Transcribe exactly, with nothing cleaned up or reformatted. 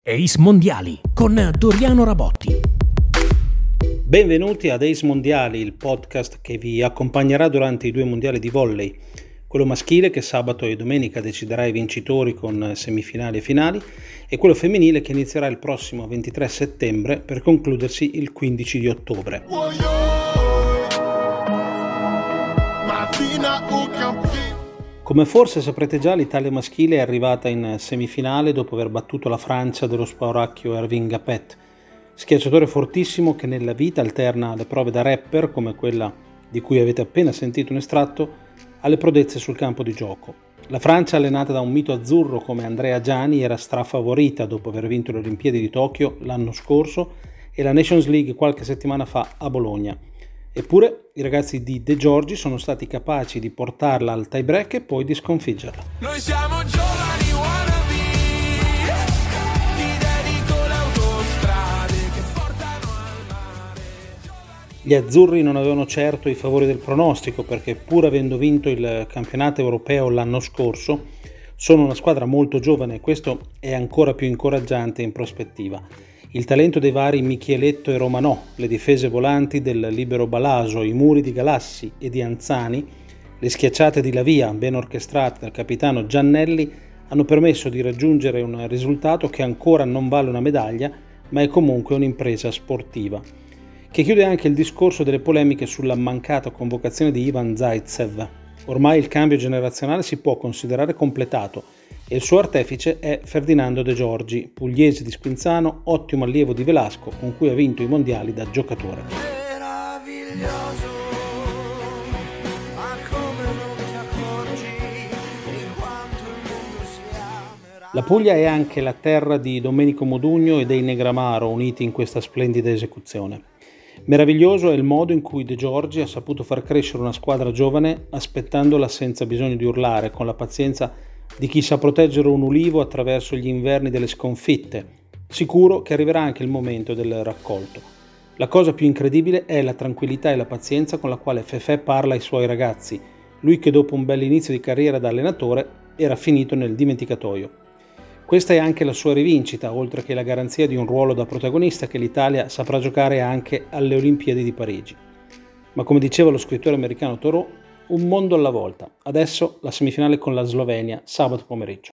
Ace Mondiali con Doriano Rabotti. Benvenuti ad Ace Mondiali, il podcast che vi accompagnerà durante i due mondiali di volley, quello maschile che sabato e domenica deciderà i vincitori con semifinali e finali e quello femminile che inizierà il prossimo ventitré settembre per concludersi il quindici di ottobre. Come forse saprete già, l'Italia maschile è arrivata in semifinale dopo aver battuto la Francia dello spauracchio Ervin Gapet, schiacciatore fortissimo che nella vita alterna le prove da rapper, come quella di cui avete appena sentito un estratto, alle prodezze sul campo di gioco. La Francia, allenata da un mito azzurro come Andrea Giani, era strafavorita dopo aver vinto le Olimpiadi di Tokyo l'anno scorso e la Nations League qualche settimana fa a Bologna. Eppure i ragazzi di De Giorgi sono stati capaci di portarla al tie break e poi di sconfiggerla. Noi siamo giovani wannabe, ti dedico le autostrade che portano al mare. Gli azzurri non avevano certo i favori del pronostico perché, pur avendo vinto il campionato europeo l'anno scorso, sono una squadra molto giovane e questo è ancora più incoraggiante in prospettiva. Il talento dei vari Micheletto e Romanò, le difese volanti del libero Balaso, i muri di Galassi e di Anzani, le schiacciate di Lavia ben orchestrate dal capitano Giannelli hanno permesso di raggiungere un risultato che ancora non vale una medaglia, ma è comunque un'impresa sportiva, che chiude anche il discorso delle polemiche sulla mancata convocazione di Ivan Zaitsev. Ormai il cambio generazionale si può considerare completato e il suo artefice è Ferdinando De Giorgi, pugliese di Squinzano, ottimo allievo di Velasco, con cui ha vinto i mondiali da giocatore. Meraviglioso, ma come non ti accorgi di quanto il mondo si amerà. La Puglia è anche la terra di Domenico Modugno e dei Negramaro, uniti in questa splendida esecuzione. Meraviglioso è il modo in cui De Giorgi ha saputo far crescere una squadra giovane aspettandola senza bisogno di urlare, con la pazienza di chi sa proteggere un ulivo attraverso gli inverni delle sconfitte, sicuro che arriverà anche il momento del raccolto. La cosa più incredibile è la tranquillità e la pazienza con la quale Fefè parla ai suoi ragazzi, lui che dopo un bel inizio di carriera da allenatore era finito nel dimenticatoio. Questa è anche la sua rivincita, oltre che la garanzia di un ruolo da protagonista che l'Italia saprà giocare anche alle Olimpiadi di Parigi. Ma come diceva lo scrittore americano Thoreau, un mondo alla volta. Adesso la semifinale con la Slovenia, sabato pomeriggio.